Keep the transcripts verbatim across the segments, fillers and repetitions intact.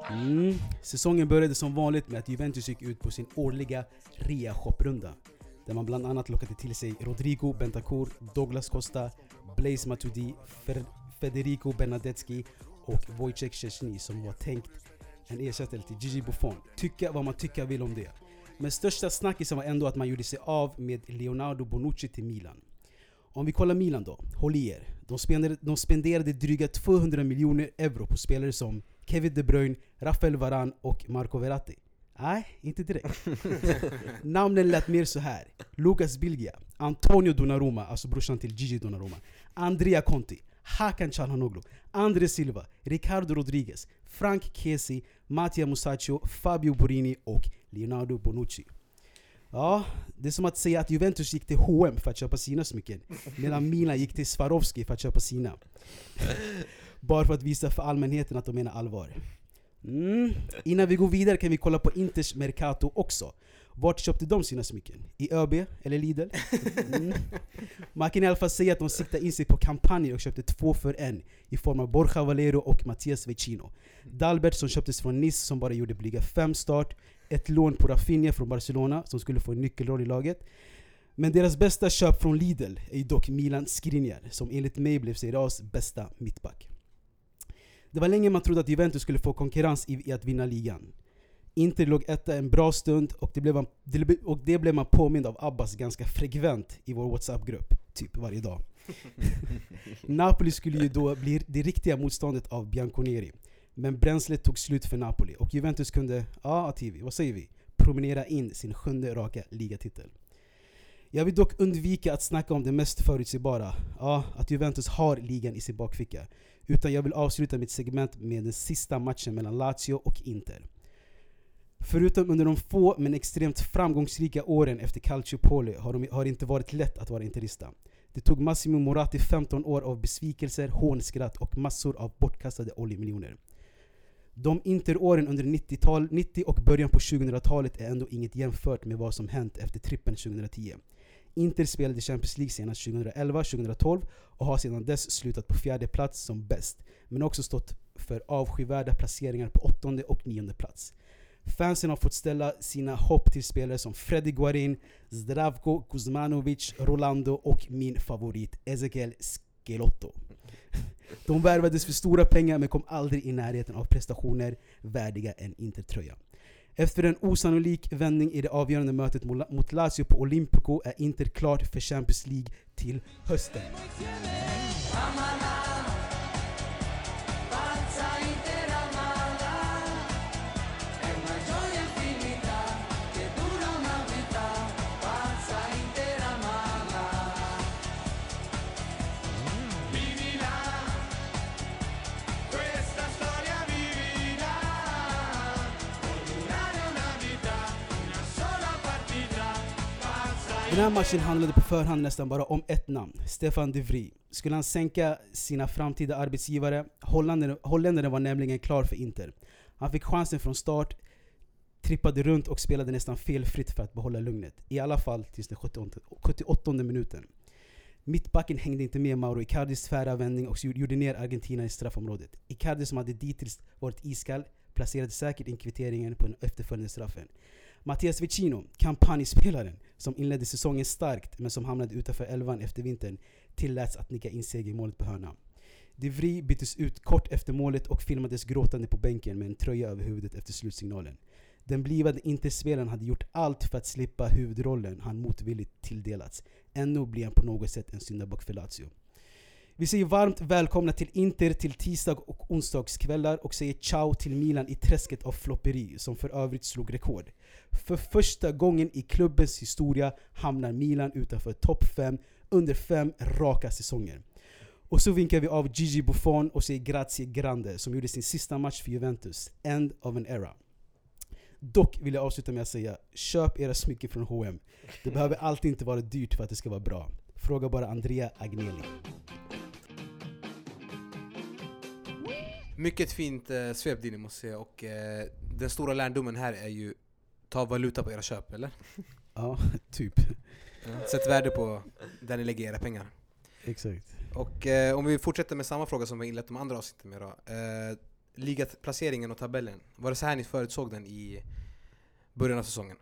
Mm. Säsongen började som vanligt med att Juventus gick ut på sin årliga rea-shoprunda, där man bland annat lockade till sig Rodrigo Bentancur, Douglas Costa, Blaise Matuidi, Fer- Federico Bernardeschi och Wojciech Szczesny, som var tänkt en ersättare till Gigi Buffon. Tycka vad man tycker vill om det. Men största snackisen var ändå att man gjorde sig av med Leonardo Bonucci till Milan. Om vi kollar Milan då, håll i er. De spenderade, de spenderade dryga tvåhundra miljoner euro på spelare som Kevin De Bruyne, Rafael Varane och Marco Verratti. Nej, inte direkt. Namnen lät mer så här: Lucas Bilgia, Antonio Donnarumma, alltså brorsan till Gigi Donnarumma, Andrea Conti, Hakan Çalhanoğlu, André Silva, Ricardo Rodriguez, Frank Kessie, Mattia Musacchio, Fabio Borini och Leonardo Bonucci. Ja, det är som att säga att Juventus gick till H och M för att köpa sina smycken, medan Milan gick till Swarovski för att köpa sina. Bara för att visa för allmänheten att de menar allvar. Mm. Innan vi går vidare kan vi kolla på Inters Mercato också. Vart köpte de sina smycken? I ÖB eller Lidl? Mm. Man kan i alla fall säga att de siktar in sig på kampanjer och köpte två för en i form av Borja Valero och Mattias Vecino. Dalbert som köptes från Nice som bara gjorde blyga fem start. Ett lån på Rafinha från Barcelona som skulle få en nyckelroll i laget. Men deras bästa köp från Lidl är dock Milan Skriniar, som enligt mig blev Serie A's bästa mittback. Det var länge man trodde att Juventus skulle få konkurrens i, i att vinna ligan. Inter låg etta en bra stund och det, blev man, det, och det blev man påmind av Abbas ganska frekvent i vår WhatsApp-grupp, typ varje dag. Napoli skulle ju då bli det riktiga motståndet av Bianconeri. Men bränslet tog slut för Napoli och Juventus kunde, ja Ativi, vad säger vi? Promenera in sin sjunde raka ligatitel. Jag vill dock undvika att snacka om det mest förutsägbara, ja, att Juventus har ligan i sin bakficka. Utan jag vill avsluta mitt segment med den sista matchen mellan Lazio och Inter. Förutom under de få men extremt framgångsrika åren efter Calciopoli har, de, har det inte varit lätt att vara interista. Det tog Massimo Moratti femton år av besvikelser, hånskratt och massor av bortkastade oljemiljoner. De Interåren under nittiotal, nittio och början på tjugohundratalet är ändå inget jämfört med vad som hänt efter trippen tjugohundratio. Inter spelade Champions League senast tjugohundraelva tjugohundratolv och har sedan dess slutat på fjärde plats som bäst, men också stått för avskyvärda placeringar på åttonde och nionde plats. Fansen har fått ställa sina hopp till spelare som Freddy Guarin, Zdravko Kuzmanovic, Rolando och min favorit Ezekiel Schelotto. De värvades för stora pengar men kom aldrig i närheten av prestationer värdiga en Inter-tröja. Efter en osannolik vändning i det avgörande mötet mot Lazio på Olimpico är Inter klart för Champions League till hösten. Den här matchen handlade på förhand nästan bara om ett namn, Stefan de Vrij. Skulle han sänka sina framtida arbetsgivare? Holländaren var nämligen klar för Inter. Han fick chansen från start, trippade runt och spelade nästan felfritt för att behålla lugnet. I alla fall tills den sjuttioåttonde minuten. Mittbacken hängde inte med Mauro Icardis tvära vändning och gjorde ner Argentina i straffområdet. Icardi, som hade dittills varit iskall, placerade säkert in kvitteringen på den efterföljande straffen. Mattias Vecino, kampanjspelaren som inledde säsongen starkt men som hamnade utanför elvan efter vintern, tilläts att nicka in segermålet på hörna. De Vrij byttes ut kort efter målet och filmades gråtande på bänken med en tröja över huvudet efter slutsignalen. Den blivande Interspelaren hade gjort allt för att slippa huvudrollen han motvilligt tilldelats. Ännu blir han på något sätt en syndabock för Lazio. Vi säger varmt välkomna till Inter till tisdag och onsdagskvällar och säger ciao till Milan i träsket av flopperi som för övrigt slog rekord. För första gången i klubbens historia hamnar Milan utanför topp fem under fem raka säsonger. Och så vinkar vi av Gigi Buffon och säger grazie grande som gjorde sin sista match för Juventus. End of an era. Dock vill jag avsluta med att säga, köp era smycken från H och M. Det behöver alltid inte vara dyrt för att det ska vara bra. Fråga bara Andrea Agnelli. Mycket fint eh, svep din, måste säga. Och eh, den stora lärdomen här är ju ta valuta på era köp, eller? Ja, typ. Ja, sätt värde på där ni lägger era pengar. Exakt. Och eh, om vi fortsätter med samma fråga som vi inlett de andra avsnitten med då. Eh, ligaplaceringen och tabellen. Var det så här ni förutsåg den i början av säsongen?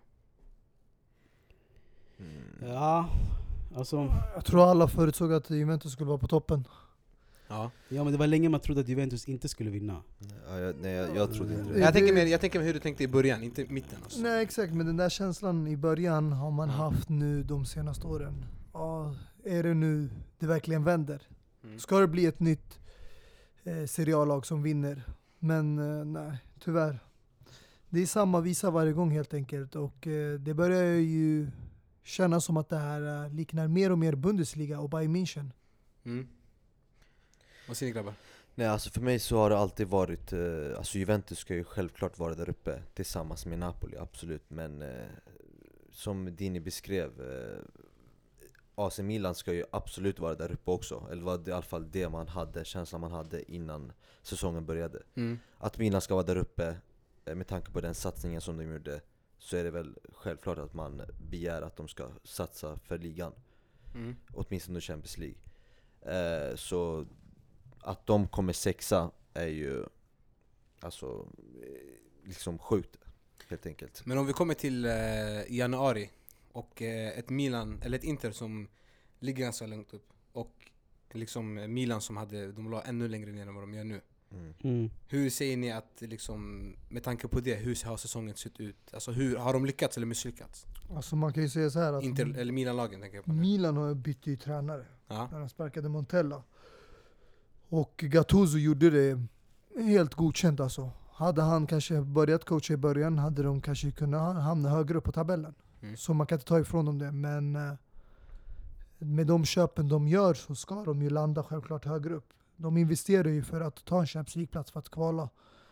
Mm. Ja, alltså... Jag tror alla förutsåg att Juventus skulle vara på toppen. Ja. Ja, men det var länge man trodde att Juventus inte skulle vinna. Ja, jag, nej, jag, jag trodde inte det. Jag tänker mer, jag tänker mer hur du tänkte i början, inte mitten. Alltså. Nej, exakt. Men den där känslan i början har man haft nu de senaste åren. Ja, är det nu det verkligen vänder? Mm. Ska det bli ett nytt eh, seriallag som vinner? Men eh, nej, tyvärr. Det är samma visa varje gång helt enkelt. Och eh, det börjar ju kännas som att det här eh, liknar mer och mer Bundesliga och Bayern München. Mm. Vad säger ni, grabbar? Nej, alltså för mig så har det alltid varit, eh, alltså Juventus ska ju självklart vara där uppe tillsammans med Napoli, absolut. Men eh, som Dini beskrev, eh, A C Milan ska ju absolut vara där uppe också. Eller var det i alla fall det man hade, känslan man hade innan säsongen började. Mm. Att Milan ska vara där uppe, eh, med tanke på den satsningen som de gjorde, så är det väl självklart att man begär att de ska satsa för ligan. Mm. Åtminstone Champions League. Eh, så att de kommer sexa är ju alltså liksom sjukt, helt enkelt. Men om vi kommer till eh, januari och eh, ett Milan eller ett Inter som ligger ganska långt upp och liksom Milan som hade, de la ännu längre ner än vad de gör nu. Mm. Mm. Hur säger ni att liksom, med tanke på det, hur har säsongen sett ut? Alltså hur har de lyckats eller misslyckats? Alltså man kan ju säga så här att Inter eller Milan-lagen tänker jag på nu. Milan har bytt ju tränare Ja. när de sparkade Montella. Och Gattuso gjorde det helt godkänt alltså. Hade han kanske börjat coacha i början hade de kanske kunnat hamna högre upp på tabellen. Mm. Så man kan inte ta ifrån dem det. Men eh, med de köpen de gör så ska de ju landa självklart högre upp. De investerar ju för att ta en Champions League-plats för att kvala.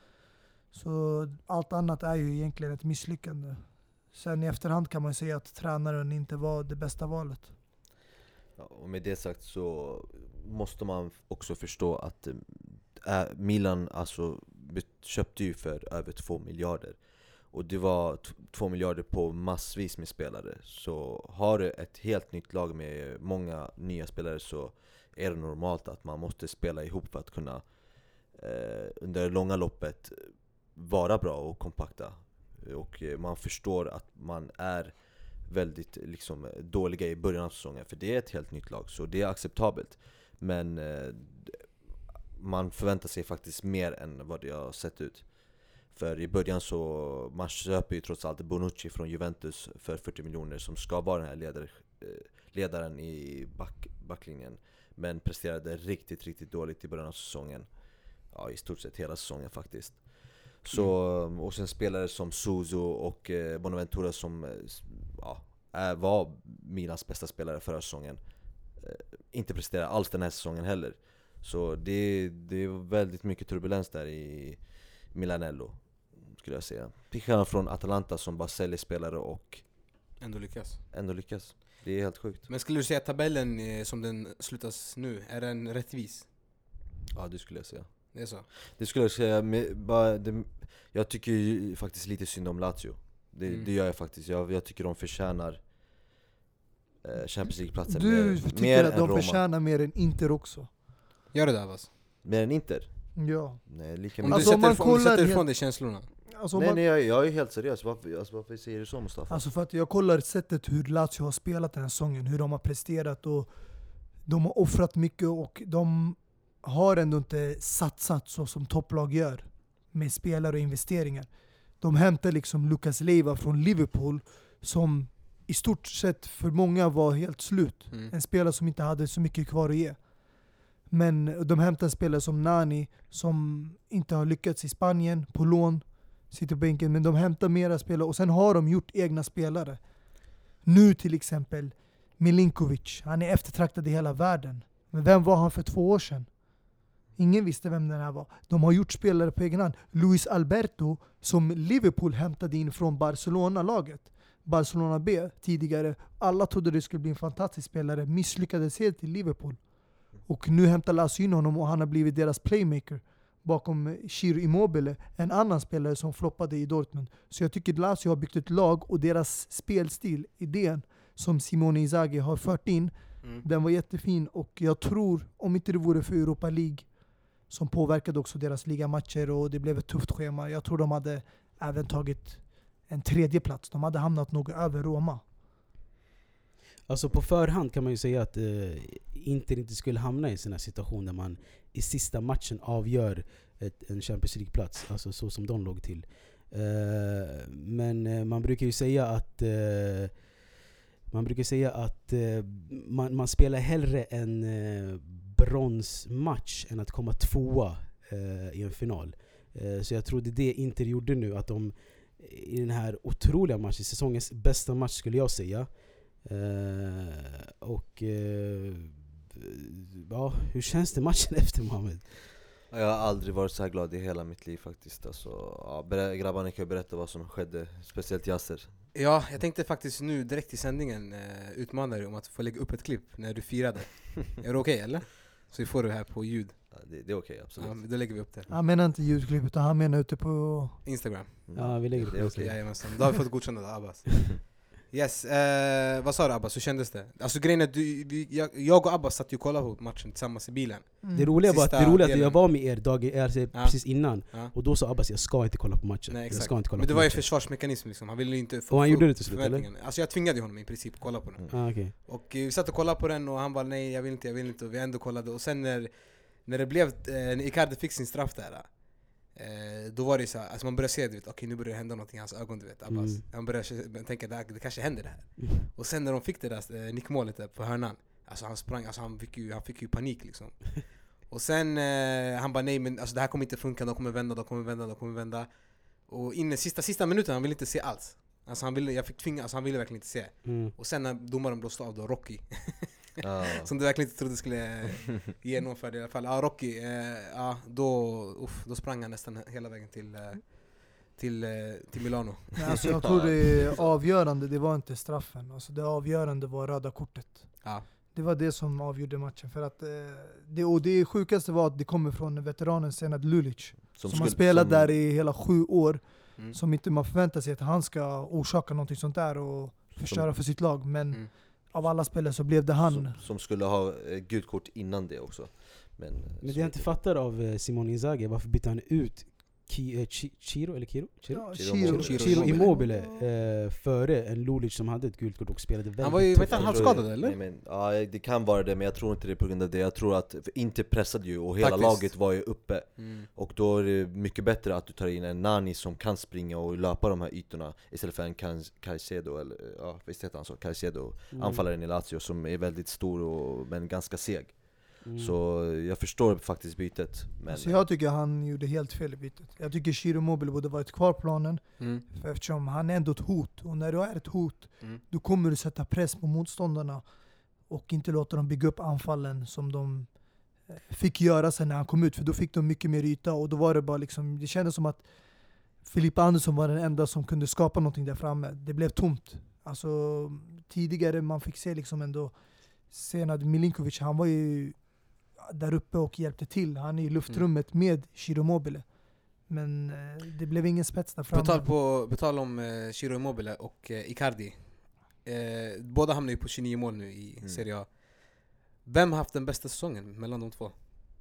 Så allt annat är ju egentligen ett misslyckande. Sen i efterhand kan man säga att tränaren inte var det bästa valet. Ja, och med det sagt så måste man också förstå att äh, Milan alltså köpte ju för över två miljarder. Och det var t- två miljarder på massvis med spelare. Så har du ett helt nytt lag med många nya spelare så är det normalt att man måste spela ihop för att kunna eh, under det långa loppet vara bra och kompakta. Och eh, man förstår att man är väldigt liksom, dåliga i början av säsongen, för det är ett helt nytt lag, så det är acceptabelt. Men eh, man förväntar sig faktiskt mer än vad det har sett ut. För i början så man köper ju trots allt Bonucci från Juventus för fyrtio miljoner som ska vara den här ledare, ledaren i back, backlinjen. Men presterade riktigt, riktigt dåligt i början av säsongen. Ja, i stort sett hela säsongen faktiskt. Så, och sen spelare som Suso och eh, Bonaventura som ja, är, var Milans bästa spelare förra säsongen. Eh, inte presterar alls den här säsongen heller. Så det, det är väldigt mycket turbulens där i Milanello, skulle jag säga. Till skillnad från Atalanta som bara säljer spelare och Ändå lyckas. ändå lyckas. Det är helt sjukt. Men skulle du säga att tabellen eh, som den slutas nu, är den rättvis? Ja, det skulle jag säga. Det är så? Det skulle jag säga. Med, bara, det, jag tycker ju faktiskt lite synd om Lazio. Det, Mm. det gör jag faktiskt. Jag, jag tycker de förtjänar eh, Champions League-platsen Du mer, tycker mer att än de Roma. förtjänar mer än Inter också? Gör det där alltså? Mer än Inter? Ja. Nej, lika Om mycket. Alltså, du om sätter, man om du kollar sätter helt- ifrån dig känslorna. Alltså, Nej, man, nej jag, jag är helt seriös. Varför, alltså, varför säger du så, Mustafa? alltså för att jag kollar sättet hur Lazio har spelat den här säsongen, hur de har presterat och de har offrat mycket och de har ändå inte satsat så som topplag gör med spelare och investeringar. De hämtar liksom Lucas Leiva från Liverpool som i stort sett för många var helt slut. Mm. En spelare som inte hade så mycket kvar att ge. Men de hämtar spelare som Nani som inte har lyckats i Spanien på lån, sitter på bänken, men de hämtar mera spelare och sen har de gjort egna spelare. Nu till exempel Milinkovic, han är eftertraktad i hela världen. Men vem var han för två år sedan? Ingen visste vem den här var. De har gjort spelare på egen hand. Luis Alberto som Liverpool hämtade in från Barcelona-laget. Barcelona B tidigare. Alla trodde det skulle bli en fantastisk spelare. Misslyckades helt i Liverpool. Och nu hämtar Lazio in honom och han har blivit deras playmaker. Bakom Ciro Immobile, en annan spelare som floppade i Dortmund. Så jag tycker Lazio har byggt ett lag och deras spelstil, idén som Simone Inzaghi har fört in, Mm. den var jättefin och jag tror, om inte det vore för Europa League, som påverkade också deras ligamatcher och det blev ett tufft schema. Jag tror de hade även tagit en tredje plats. De hade hamnat nog över Roma. Alltså på förhand kan man ju säga att eh, Inter inte skulle hamna i en sån här situation där man i sista matchen avgör ett, en Champions League-plats, alltså så som de låg till. Eh, men eh, man brukar ju säga att eh, man brukar säga att eh, man, man spelar hellre en eh, bronsmatch än att komma tvåa eh, i en final. Eh, så jag tror det är det Inter gjorde nu, att de i den här otroliga matchen, säsongens bästa match skulle jag säga. Uh, och uh, ja, hur känns det matchen efter, Mohamed? Jag har aldrig varit så här glad i hela mitt liv faktiskt. Alltså, ja, ber- grabbarna kan berätta vad som skedde, speciellt Yasser. Ja, jag tänkte faktiskt nu direkt i sändningen eh, utmana dig om att få lägga upp ett klipp när du firade. Är det okej okay, eller? Så vi får det här på ljud. Ja, det, det är okej, absolut. Ja, då lägger vi upp det. Han menar inte ljudklipp utan han menar ute på Instagram. Ja, vi lägger det det är på okej. Jajamensan, då har vi fått godkänna det, Abbas. Yes, eh, vad sa du Abbas, hur kändes det? Alltså grejen är att du, vi, jag, jag och Abbas satt ju och kollade på matchen tillsammans i bilen. Mm. Det roliga var att, Sista det roliga att delen. jag var med er dag, alltså, Ja. precis innan. Ja. Och då sa Abbas jag ska inte kolla på matchen. Nej, jag exakt. ska inte kolla Men det på var ju matchen. försvarsmekanism liksom, han ville ju inte få Och han få gjorde upp det till slut, eller? förväntningarna. Alltså jag tvingade honom i princip att kolla på den. Mm. Ah, okay. Och eh, vi satt och kollade på den och han bara nej jag vill inte, jag vill inte, och vi ändå kollade. Och sen när, när det blev, eh, när Icardi fick sin straff där, eh, då var det så här, alltså man började se, du vet, okej nu börjar det hända någonting i hans ögon, du vet, Abbas. Mm. Han började tänka, det, det kanske händer det här. Mm. Och sen när de fick det där eh, nickmålet där på hörnan, alltså han sprang, alltså han fick ju, han fick ju panik liksom. Och sen, eh, han bara nej men alltså det här kommer inte funka, de kommer vända, de kommer vända, de kommer vända. Och in i sista, sista minuten, han ville inte se alls. Alltså han ville, jag fick tvinga, alltså han ville verkligen inte se. Mm. Och sen när domaren blåste av då, Rocky. Ja. Som du verkligen inte trodde skulle genomföra det i alla fall. Ja, Rocky, eh, ja, då, uff, då sprang han nästan hela vägen till, eh, till, eh, till Milano. Nej, alltså jag tror det är avgörande, det var inte straffen. Alltså det avgörande var röda kortet. Ja. Det var det som avgjorde matchen. För att, eh, det, och det sjukaste var att det kommer från veteranen Senad Lulic. Som, som har spelat som- där i hela sju år. Mm. Som inte man förväntar sig att han ska orsaka någonting sånt där och förstöra för sitt lag. Men Mm. av alla spelare så blev det han. Som, som skulle ha eh, gult kort innan det också. Men, eh, Men så det jag inte fattar av eh, Simon Inzaghi, varför bytte han ut Ki, eh, Chi- Chiro, eller Kiro? Chiro? Ja, Chiro Chiro, Chiro Chiro Immobile. Immobile eh, före en Lulic som hade ett gult kort och spelade väldigt Han var ju, tufft. vet han, Jag tror- halvskadad eller? Nej, men, ja, det kan vara det, men jag tror inte det är på grund av det. Jag tror att för Inter pressade ju och hela Faktiskt. laget var ju uppe. Mm. Och då är det mycket bättre att du tar in en Nani som kan springa och löpa de här ytorna istället för en Can- Caicedo, eller ja, visst heter han så? Caicedo, Mm. anfallaren i Lazio som är väldigt stor och, men ganska seg. Mm. Så jag förstår faktiskt bytet. Men Så jag tycker han gjorde helt fel i bytet. Jag tycker Chiro Immobile borde varit kvar på planen. Mm. För eftersom han är ändå ett hot. Och när du är ett hot, Mm. då kommer du sätta press på motståndarna. Och inte låta dem bygga upp anfallen som de eh, fick göra sen när han kom ut. För då fick de mycket mer yta. Och då var det bara liksom, det kändes som att Filippa Andersson var den enda som kunde skapa någonting där framme. Det blev tomt. Alltså tidigare man fick se liksom ändå Senad Milinkovic, han var ju där uppe och hjälpte till. Han är i luftrummet med Chiro Immobile. Men eh, det blev ingen spets där framme. Betal, på, betal om eh, Chiro Immobile och eh, Icardi. Eh, båda hamnar ju på tjugonio mål nu i Mm. Serie A. Vem har haft den bästa säsongen mellan de två?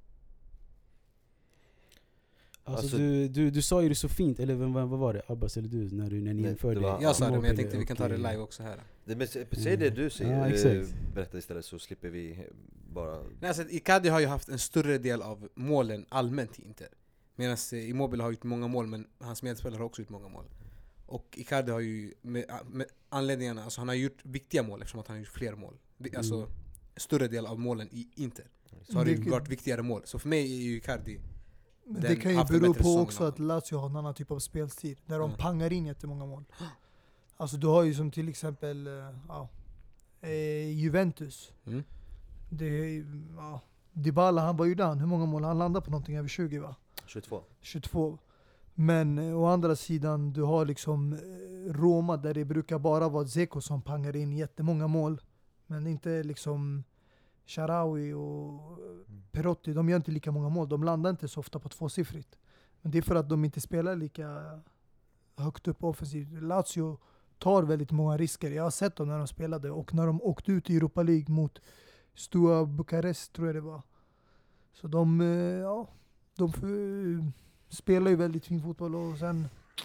Alltså, Alltså- du, du, du sa ju det så fint, eller vem, vad var det? Abbas eller du? När, du, när ni Nej, jämförde det var- Jag sa det, men jag Immobile tänkte vi kan ta det och, live också här. det, men, säg det du säger, Ja, eh, exakt. berätta istället så slipper vi bara... Nej, alltså, Icardi har ju haft en större del av målen allmänt i Inter. Medan eh, Immobile har gjort många mål, men hans medspelare har också gjort många mål. Och Icardi har ju med, med anledningarna, alltså han har gjort viktiga mål eftersom att han har gjort fler mål. Vi- Alltså Mm. större del av målen i Inter. Så har det ju Det- varit viktigare mål. Så för mig är ju Icardi, Men den det kan ju haft en bero bättre på säsong också än att Lazio har en annan typ av spelstil. Där de Mm. pangar in jättemånga mål. Alltså du har ju som till exempel eh, ja, eh, Juventus. Mm. Det, är, ja, Dybala, han var ju där. Hur många mål? Han landade på någonting över tjugo va? tjugotvå. tjugotvå. Men eh, å andra sidan, du har liksom eh, Roma där det brukar bara vara Dzeko som pangar in jättemånga mål. Men inte liksom Sharawi och Perotti, de gör inte lika många mål. De landar inte så ofta på tvåsiffrigt. Men det är för att de inte spelar lika högt upp offensivt. Lazio tar väldigt många risker. Jag har sett dem när de spelade och när de åkte ut i Europa League mot Steaua Bukarest tror jag det var. Så de, eh, ja, de f- spelar ju väldigt fin fotboll och sen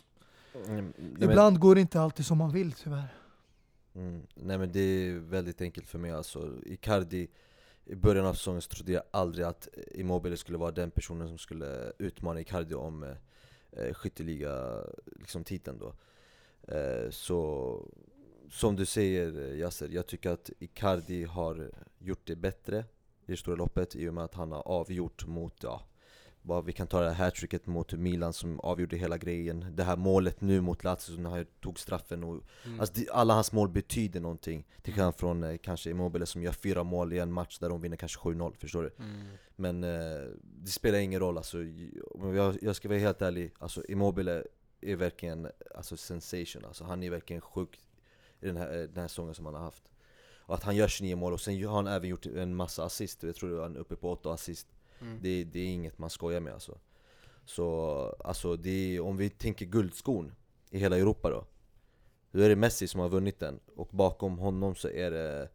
Mm, nej, ibland men, går det inte alltid som man vill tyvärr. Mm, nej men det är väldigt enkelt för mig alltså. Icardi, i början av säsongen så trodde jag aldrig att Immobile skulle vara den personen som skulle utmana Icardi om eh, skytteliga liksom, titeln då. Eh, så som du säger Yasser, jag tycker att Icardi har gjort det bättre i det stora loppet i och med att han har avgjort mot, ja, bara vi kan ta det här hattricket mot Milan som avgjorde hela grejen. Det här målet nu mot Lazio när han tog straffen och, Mm. alltså, det, alla hans mål betyder någonting. Till skillnad från eh, kanske Immobile som gör fyra mål i en match där de vinner kanske sju noll, förstår du? Mm. Men eh, det spelar ingen roll alltså, jag, jag ska vara helt ärlig, alltså Immobile är verkligen alltså, sensation, alltså, han är verkligen sjuk i den här, den här säsongen som han har haft. Och att han gör tjugonio mål och sen har han även gjort en massa assist, jag tror han är uppe på åtta assist. Mm. Det, det är inget man skojar med alltså. Så alltså det är, om vi tänker guldskon i hela Europa då, då är det Messi som har vunnit den. Och bakom honom så är det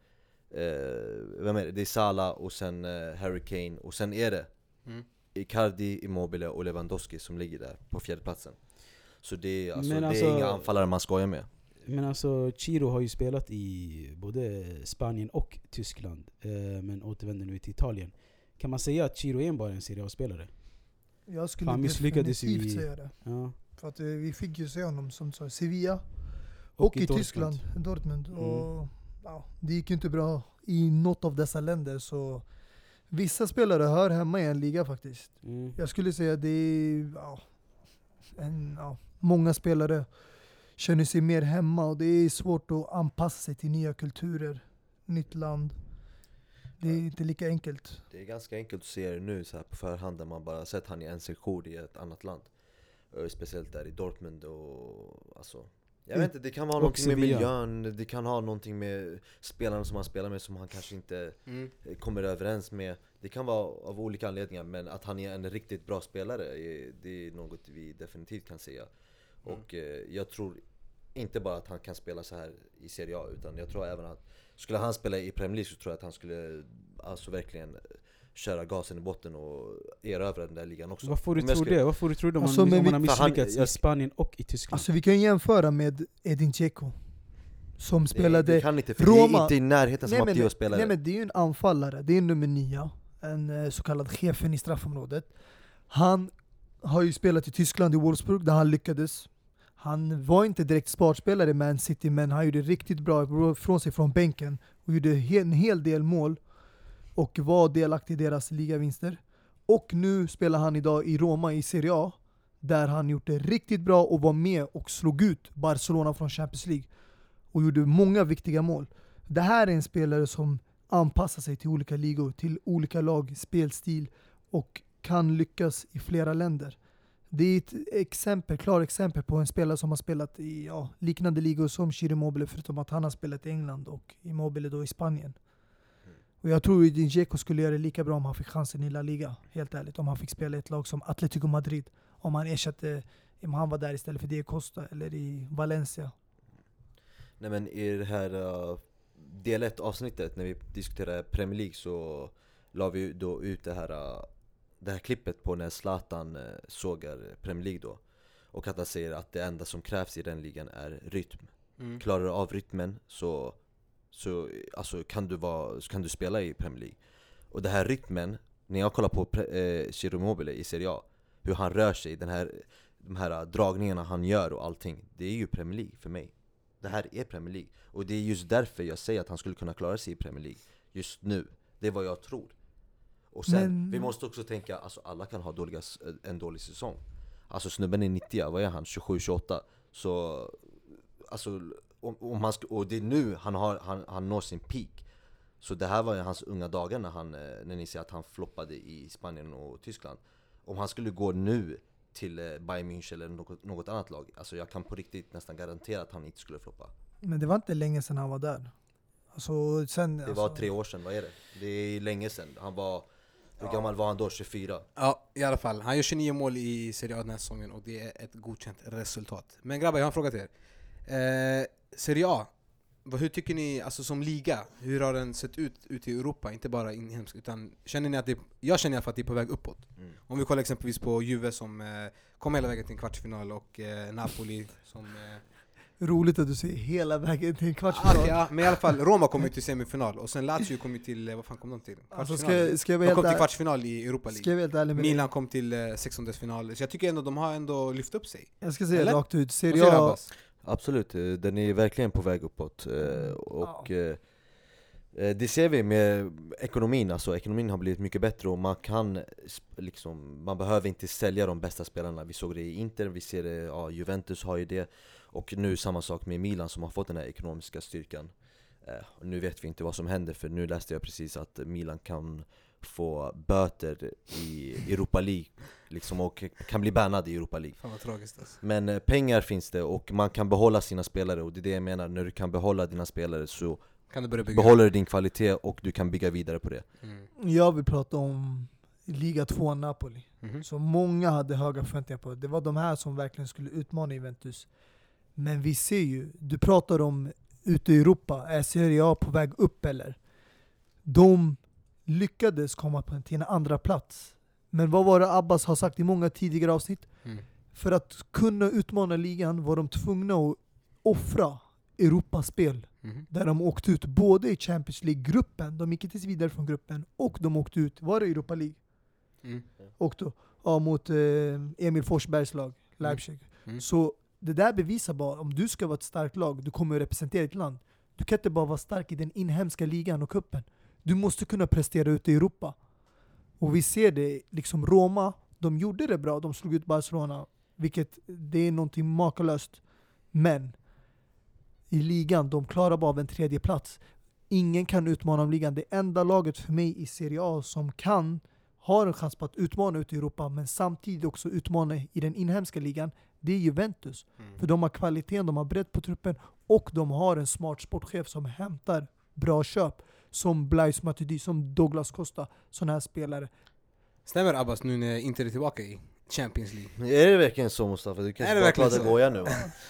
eh, vem är det? Det är Salah och sen eh, Harry Kane. Och sen är det mm. Icardi, Immobile och Lewandowski som ligger där på fjärdeplatsen. Så det är, alltså, det alltså, är inga anfallare man skojar med. Men alltså Chiro har ju spelat i både Spanien och Tyskland, eh, men återvänder nu till Italien. Kan man säga att Chiro är bara en Serie A-spelare? Jag skulle han definitivt i, säga det. Ja. För att eh, vi fick ju se honom som sa Sevilla och, och i, i Tyskland, Dortmund. Mm. Och, ja, det gick ju inte bra i något av dessa länder. Så vissa spelare hör hemma i en liga faktiskt. Mm. Jag skulle säga att det är ja, en, ja, många spelare känner sig mer hemma och det är svårt att anpassa sig till nya kulturer, nytt land. Det är inte lika enkelt. Det är ganska enkelt att se det nu så här på förhand när man bara sett han i en sektion i ett annat land. Speciellt där i Dortmund och alltså, jag vet inte, det kan ha och någonting Sevilla. Med miljön, det kan ha någonting med spelarna som han spelar med som han kanske inte mm. kommer överens med. Det kan vara av olika anledningar, men att han är en riktigt bra spelare, det är något vi definitivt kan säga. Mm. Och eh, jag tror inte bara att han kan spela så här i Serie A, utan jag tror även att skulle han spela i Premier League så tror jag att han skulle alltså verkligen köra gasen i botten och erövra den där ligan också. Varför du tror skulle... det? Varför du tror det om alltså, man, om vi, man har misslyckats han, jag... i Spanien och i Tyskland? Alltså vi kan jämföra med Edin Dzeko som spelade det, det kan inte, för Roma. Det är inte i närheten som Matteo spelare. Nej men det är ju en anfallare, det är nummer nio, en så kallad chefen i straffområdet. Han har ju spelat i Tyskland i Wolfsburg där han lyckades. Han var inte direkt spartspelare i Man City, men han gjorde riktigt bra från sig från bänken och gjorde en hel del mål och var delaktig i deras ligavinster. Och nu spelar han idag i Roma i Serie A där han gjort det riktigt bra och var med och slog ut Barcelona från Champions League och gjorde många viktiga mål. Det här är en spelare som anpassar sig till olika ligor, till olika lag, spelstil och kan lyckas i flera länder. Det är ett exempel, klar exempel på en spelare som har spelat i ja, liknande ligor som Chiro Immobile, förutom att han har spelat i England och Immobile då i Spanien. Mm. Och jag tror att Dzeko skulle göra det lika bra om han fick chansen i La Liga, helt ärligt. Om han fick spela i ett lag som Atletico Madrid. Om han ersatte, om han var där istället för Diego Costa eller i Valencia. Nej men i det här uh, del ett avsnittet när vi diskuterade Premier League så la vi då ut det här uh, det här klippet på när Zlatan eh, sågar Premier League då. Och att han säger att det enda som krävs i den ligan är rytm. Mm. Klarar du av rytmen så, så, alltså, kan, du vara, så kan du spela i Premier League. Och det här rytmen, när jag kollar på pre, eh, Chiro Immobile i Serie A, hur han rör sig, den här, de här dragningarna han gör och allting, det är ju Premier League för mig. Det här är Premier League. Och det är just därför jag säger att han skulle kunna klara sig i Premier League just nu. Det är vad jag tror. Och sen, men... vi måste också tänka, alltså alla kan ha dåliga, en dålig säsong. Alltså snubben är nittio, vad är han? tjugosju tjugoåtta. Så, alltså, om, om han sk- och det är nu han, har, han, han når sin peak. Så det här var ju hans unga dagar när, han, när ni ser att han floppade i Spanien och Tyskland. Om han skulle gå nu till Bayern München eller något, något annat lag, alltså jag kan på riktigt nästan garantera att han inte skulle floppa. Men det var inte länge sedan han var där. Alltså, sen, det alltså... var tre år sedan, vad är det? Det är länge sedan. Han var... Hur ja. gammal var han då? tjugofyra? Ja, i alla fall. Han gör tjugonio mål i Serie A den här säsongen och det är ett godkänt resultat. Men grabbar, jag har en fråga till er. Eh, Serie A, vad, hur tycker ni, alltså som liga, hur har den sett ut ute i Europa? Inte bara inhemskt, utan känner ni att det, jag känner i alla fall att det är på väg uppåt. Mm. Om vi kollar exempelvis på Juve som eh, kom hela vägen till en kvartsfinal och eh, Napoli som... Eh, Roligt att du säger hela vägen till en kvartsfinal. ah, ja, men i alla fall, Roma kom ju till semifinal och sen Lazio kom ju till, eh, vad fan kom de till? Alltså Kvartsfinal. ska, ska jag de vara kom till helt, kvartsfinal i Europa ska League. jag vara helt ärlig med dig? Milan kom till eh, sextondelsfinal. Så jag tycker ändå de har ändå lyft upp sig. Jag ska säga Eller? rakt ut, Vad Serie säger du, A, Abbas? Absolut, eh, den är verkligen på väg uppåt. eh, Och eh, eh, det ser vi med ekonomin, alltså ekonomin har blivit mycket bättre och man kan sp- liksom, man behöver inte sälja de bästa spelarna. Vi såg det i Inter, vi ser det, ja, Juventus har ju det. Och nu samma sak med Milan som har fått den här ekonomiska styrkan. eh, och Nu vet vi inte vad som händer, för nu läste jag precis att Milan kan få böter i Europa League liksom, och kan bli bannad i Europa League. Fan vad tragiskt alltså. Men eh, pengar finns det och man kan behålla sina spelare, och det är det jag menar. När du kan behålla dina spelare så Kan du börja bygga? behåller du din kvalitet och du kan bygga vidare på det. Mm. jag vill prata om Liga två Napoli. Mhm. Så många hade höga förväntningar på. Det var de här som verkligen skulle utmana Juventus. Men vi ser ju, du pratar om ute i Europa, är Serie A på väg upp eller? De lyckades komma på till en andra plats. Men vad var det Abbas har sagt i många tidigare avsnitt? Mm. För att kunna utmana ligan var de tvungna att offra Europaspel. Mhm. Där de åkte ut både i Champions League-gruppen, de gick inte vidare från gruppen, och de åkte ut, var det Europa League? Mm. Och då, ja, mot eh, Emil Forsbergs lag, Leipzig. Mm. Så det där bevisar bara, om du ska vara ett starkt lag, du kommer att representera ett land. Du kan inte bara vara stark i den inhemska ligan och kuppen. Du måste kunna prestera ute i Europa. Och vi ser det, liksom Roma, de gjorde det bra, de slog ut Barcelona, vilket det är någonting makalöst. Men i ligan, de klarar bara av en tredje plats. Ingen kan utmana om ligan. Det enda laget för mig i Serie A som kan, har en chans på att utmana ute i Europa, men samtidigt också utmana i den inhemska ligan, det är Juventus. Mm. För de har kvaliteten, de har bredd på truppen och de har en smart sportchef som hämtar bra köp. Som Blaise Matuidi, som Douglas Costa, sådana här spelare. Stämmer Abbas nu när Inter är tillbaka i Champions League? Är det verkligen så, Mustafa? Du Är kanske det bara verkligen pratar så? goja nu.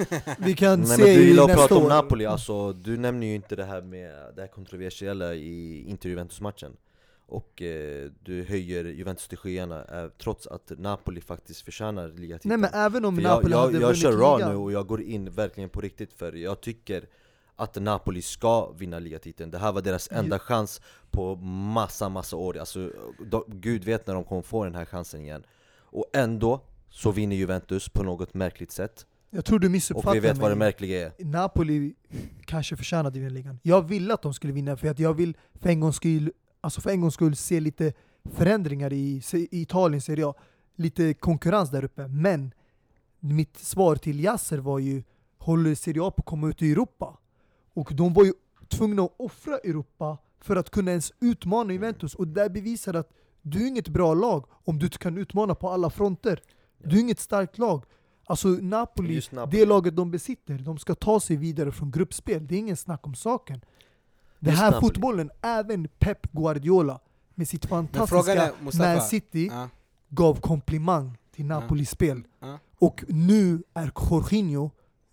Vi kan Nej, se men du i gillar att nästa prata om år. Napoli, alltså, du nämner ju inte det här med det här kontroversiella i Inter-Juventus-matchen. Och eh, du höjer Juventus till skyarna eh, trots att Napoli faktiskt förtjänar ligatiteln. Nej, men även om För Napoli jag, hade jag, jag vunnit kör raw ligan. nu och jag går in verkligen på riktigt, för jag tycker att Napoli ska vinna ligatiteln. Det här var deras enda chans på massa, massa år. Alltså, då, Gud vet när de kommer få den här chansen igen. Och ändå så vinner Juventus på något märkligt sätt. Jag tror du Och missuppfattar vi vet vad det mig. märkliga är. Napoli kanske förtjänade den ligan. Jag ville att de skulle vinna, för att jag vill för en gångs skull, alltså för en gångs skull se lite förändringar i, i Italien, Serie A. Lite konkurrens där uppe. Men mitt svar till Yasser var ju, håller Serie A på att komma ut i Europa? Och de var ju tvungna att offra Europa för att kunna ens utmana Juventus. Och det bevisar att du är inget bra lag om du inte kan utmana på alla fronter. Du är inget starkt lag. Alltså Napoli, Just Napoli. det laget de besitter, de ska ta sig vidare från gruppspel. Det är ingen snack om saken. Det Just här Napoli. fotbollen, även Pep Guardiola med sitt frågan fantastiska är, Mustafa, Man City Ja. gav komplimang till Napolis spel. Ja. Och nu är Jorginho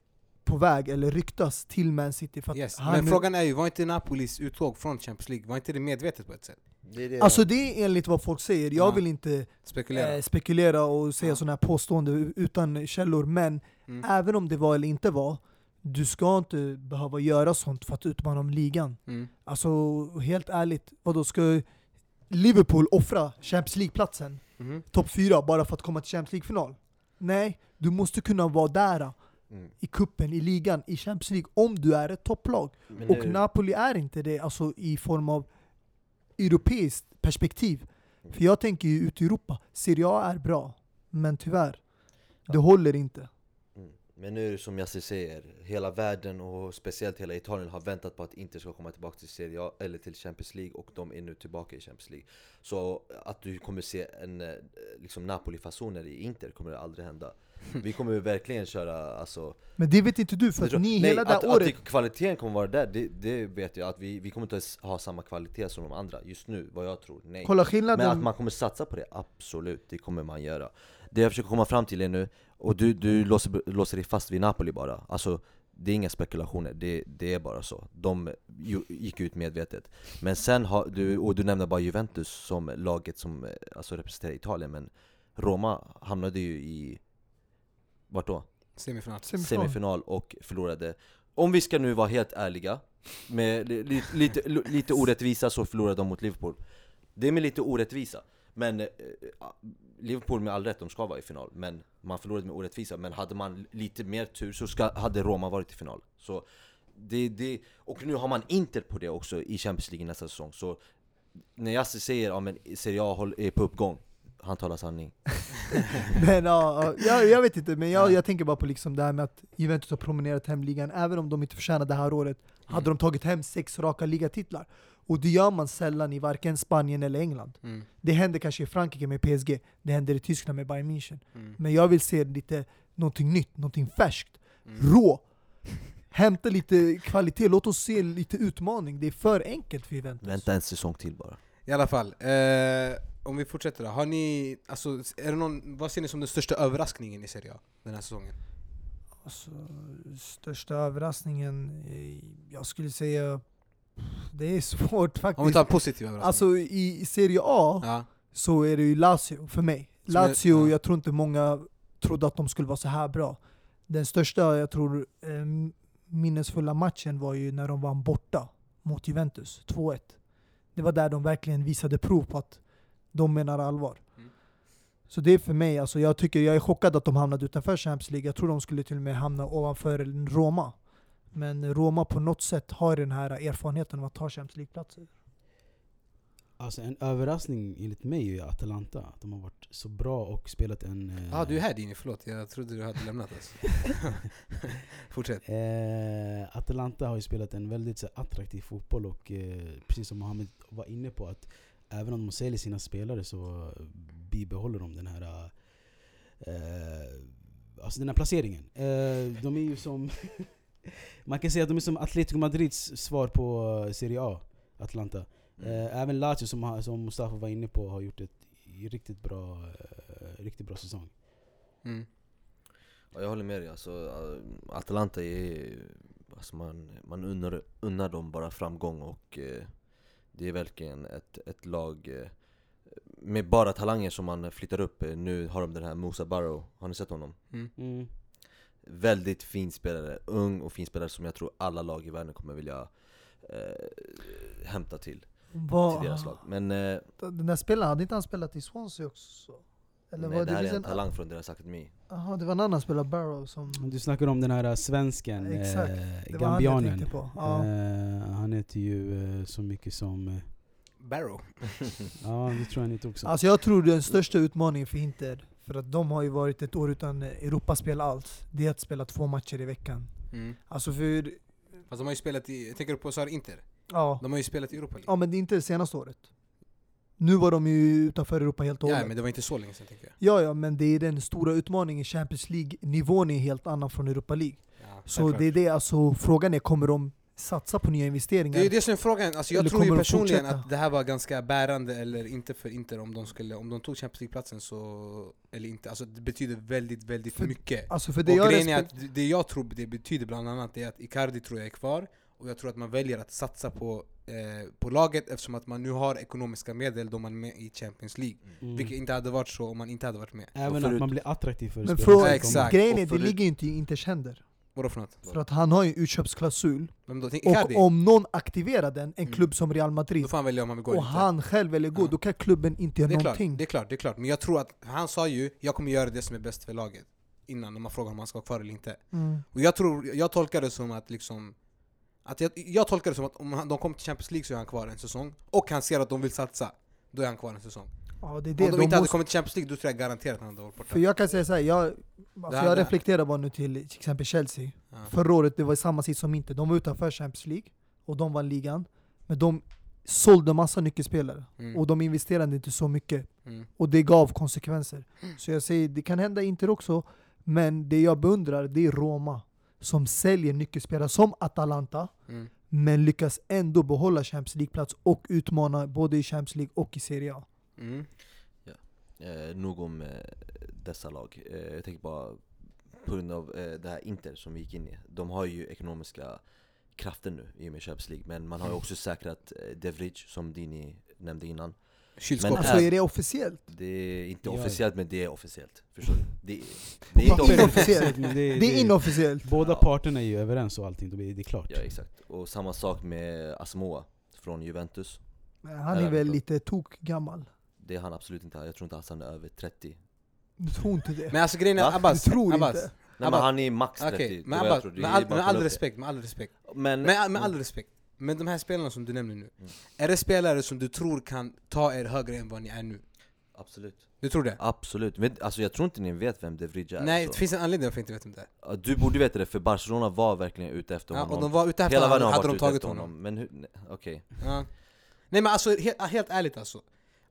på väg, eller ryktas till Man City. För att Yes. han Men nu- frågan är ju, var inte Napolis uttåg från Champions League, var inte det medvetet på ett sätt? Det är det. Alltså det är enligt vad folk säger. Jag Ja. vill inte Spekulera. eh, spekulera och säga Ja. sådana här påståenden utan källor. Men Mm. även om det var eller inte var, du ska inte behöva göra sånt för att utmana om ligan. Mm. Alltså helt ärligt, vad då ska Liverpool offra Champions League-platsen, Mhm. topp fyra, bara för att komma till Champions League-final? Nej, du måste kunna vara där Mm. i kuppen, i ligan, i Champions League om du är ett topplag. Men Och nu- Napoli är inte det, alltså i form av europeiskt perspektiv. För jag tänker ju ut i Europa, Serie A är bra, men tyvärr, det håller inte. Mm. Men nu är det som Yasser säger, hela världen och speciellt hela Italien har väntat på att Inter ska komma tillbaka till Serie A eller till Champions League, och de är nu tillbaka i Champions League. Så att du kommer se en eh, liksom Napoli-fasoner i Inter kommer det aldrig hända. Vi kommer ju verkligen köra, alltså, Men det vet inte du, för att det- ni nej, hela det att, här året... att vi- kvaliteten kommer vara där, det, det vet jag att vi, vi kommer inte ens ha samma kvalitet som de andra just nu, vad jag tror, nej. Kolla Men skillnaden. att man kommer satsa på det, absolut, det kommer man göra. Det jag försöker komma fram till är nu, och du, du låser, låser dig fast vid Napoli bara. Alltså, Det är inga spekulationer, det, det är bara så. De ju, gick ut medvetet. Men sen har du, och du nämnde bara Juventus som laget som alltså representerar Italien, men Roma hamnade ju i vart då? Semifinal. Semifinal. Semifinal och förlorade. Om vi ska nu vara helt ärliga, med li, li, lite, lite orättvisa så förlorade de mot Liverpool. Det är med lite orättvisa. Men eh, Liverpool med all rätt, de ska vara i final. Men man förlorade med orättvisa. Men hade man lite mer tur så ska, hade Roma varit i final. Så det, det, och nu har man Inter på det också i Champions League nästa säsong. Så när jag säger att ja, Serie A är på uppgång, han talar sanning. Men ja, jag, jag vet inte, men jag, jag tänker bara på liksom det här med att Juventus har promenerat hem ligan. Även om de inte förtjänar det här året, hade de tagit hem sex raka ligatitlar. Och det gör man sällan i varken Spanien eller England. Mm. Det händer kanske i Frankrike med P S G, det händer i Tyskland med Bayern München. Mm. Men jag vill se lite någonting nytt, någonting färskt, Mm. rå. Hämta lite kvalitet, låt oss se lite utmaning. Det är för enkelt för Juventus. Vänta en säsong till bara. I alla fall, eh, om vi fortsätter då. Har ni, alltså, är det någon, vad ser ni som den största överraskningen i Serie A den här säsongen? Alltså, största överraskningen, eh, jag skulle säga, det är svårt faktiskt. Om vi tar en positiv överraskning. Alltså i, i Serie A ja. så är det ju Lazio för mig. Som är- Lazio, ja. jag tror inte många trodde att de skulle vara så här bra. Den största, jag tror, eh, minnesfulla matchen var ju när de vann borta mot Juventus, två ett. Det var där de verkligen visade prov på att de menar allvar. Mm. Så det är för mig, alltså jag tycker, jag är chockad att de hamnade utanför Champions League. Jag tror de skulle till och med hamna ovanför Roma. Men Roma på något sätt har den här erfarenheten av att ta Champions League-platser. Alltså en överraskning enligt mig är ju Atalanta. Att de har varit så bra och spelat en... eh, Ja, ah, du är här Dini, förlåt. Jag trodde du hade lämnat oss. Fortsätt. Eh, Atalanta har ju spelat en väldigt så här, attraktiv fotboll och eh, precis som Mohamed var inne på, att även om de säljer sina spelare så bibehåller de den här eh, alltså den här placeringen. Eh, de är ju som man kan säga att de är som Atletico Madrids svar på Serie A, Atalanta. Eh, även Lazio som, har, som Mustafa var inne på har gjort ett riktigt bra eh, riktigt bra säsong. Mm. Ja, jag håller med dig. Alltså, äh, Atalanta är, alltså man, man unnar, unnar dem bara framgång och eh, det är verkligen ett, ett lag eh, med bara talanger som man flyttar upp. Nu har de den här Musa Barrow, har ni sett honom? Mm. Mm. Väldigt fin spelare, ung och fin spelare som jag tror alla lag i världen kommer vilja eh, hämta till, Vad, till deras lag. Men eh, den där spelaren, hade inte han spelat i Swansea också? Eller nej, var det här finns är en talang från deras akademi. Jaha, det var en annan spelare, Barrow, som... Du snackar om den här svensken, Ja, exakt. eh, Det var han jag gambianen. tänkte på. Ja. Eh, han heter ju eh, så mycket som... Eh, Barrow. ja, det tror jag inte också. Alltså jag tror den största utmaningen för Inter, för att de har ju varit ett år utan Europaspel alls, det är att spela två matcher i veckan. Mm. Alltså för... Fast de har ju spelat i, jag tänker på så här Inter. Ja, De har ju spelat i Europa League. ja men det är inte det senaste året. Nu var de ju utanför Europa helt och Ja, hållet. men det var inte så länge sedan tänker jag. Ja, ja, men det är den stora utmaningen. Champions League-nivån är helt annan från Europa League. Ja, Så självklart. det är det, alltså frågan är, kommer de satsa på nya investeringar? Det är ju det som är frågan. Alltså jag Eller tror ju kommer de personligen fortsätta? att det här var ganska bärande eller inte för Inter om de skulle om de tog Champions League-platsen så eller inte. Alltså det betyder väldigt väldigt För- mycket. Alltså för det Och jag grejen är respekt- att det jag tror det betyder bland annat är att Icardi tror jag är kvar och jag tror att man väljer att satsa på eh, på laget eftersom att man nu har ekonomiska medel då man är med i Champions League. Mm. Vilket inte hade varit så om man inte hade varit med. Även Och att förut- man blir attraktiv för Men spelare fråga, som Ja, exakt. kommer. grejen är, Och det förut- ligger ju inte i Inters händer. Vadå för något? För att han har ju utköpsklausul. Vem då? Tänk Och Icardi? om någon aktiverar den, en Mm. klubb som Real Madrid, Då får han välja om han vill gå och eller inte. han själv eller gå, Ja. då kan klubben inte göra Det är, klart, någonting. det är klart, det är klart. Men jag tror att han sa ju jag kommer göra det som är bäst för laget innan när man frågar om han ska vara kvar eller inte. Mm. Och jag tror, jag tolkar det som att liksom att jag, jag tolkar det som att om han, de kommer till Champions League så är han kvar en säsong och han ser att de vill satsa, då är han kvar en säsong. Ja, det är Om det. de, De inte hade måste, kommit till Champions League då tror jag garanterat att han hade varit borta. för jag kan säga så här, jag, Det alltså här- jag det- reflekterar bara nu till till exempel Chelsea. Ja. Förra året, det var samma sits som inte. De var utanför Champions League och de vann ligan. Men de sålde massa nyckelspelare. Mm. Och de investerade inte så mycket. Mm. Och det gav konsekvenser. Så jag säger, det kan hända Inter också. Men det jag beundrar, det är Roma. Som säljer nyckelspelare som Atalanta. Mm. Men lyckas ändå behålla Champions League-plats och utmana både i Champions League och i Serie A. Mm. Eh, nog om eh, dessa lag. Eh, jag tänker bara på grund av eh, det här Inter som vi gick in i. De har ju ekonomiska krafter nu i och med Champions League, men man har ju också säkrat eh, De Vrij som Dini nämnde innan. Kylskåp. Alltså är det officiellt? Det är inte Ja. officiellt, men det är officiellt. Förstår du? Det är, det är inte Papper. officiellt. Inofficiellt. Men Det är inofficiellt. Båda Ja. parterna är ju överens och allting, då är det klart. Ja, exakt. Och samma sak med Asamoah från Juventus. Han är väl lite tok gammal. Det är han absolut inte. Jag tror inte att han är över trettio. Du tror inte det? Men alltså grejen är Va? Abbas, Du tror Abbas. inte? Nej, Abbas. men han är max trettio. Okej, Det men var jag Abbas, tror. Det med är all, bara med att all kolla upp respekt, med all respekt. det. Men, Med, med all respekt. Men de här spelarna som du nämner nu, Mm. är det spelare som du tror kan ta er högre än vad ni är nu? Absolut. Du tror det? Absolut. Men, alltså, jag tror inte ni vet vem De Vrij är. Nej, så. det finns en anledning varför jag inte vet om det är. Ja, Du borde veta det, för Barcelona var verkligen ute efter Ja, honom. och de var ute efter Hela honom, världen har hade varit de ute tagit efter honom. honom. Men hur, nej, okej. Ja. Nej men alltså, helt, helt ärligt alltså.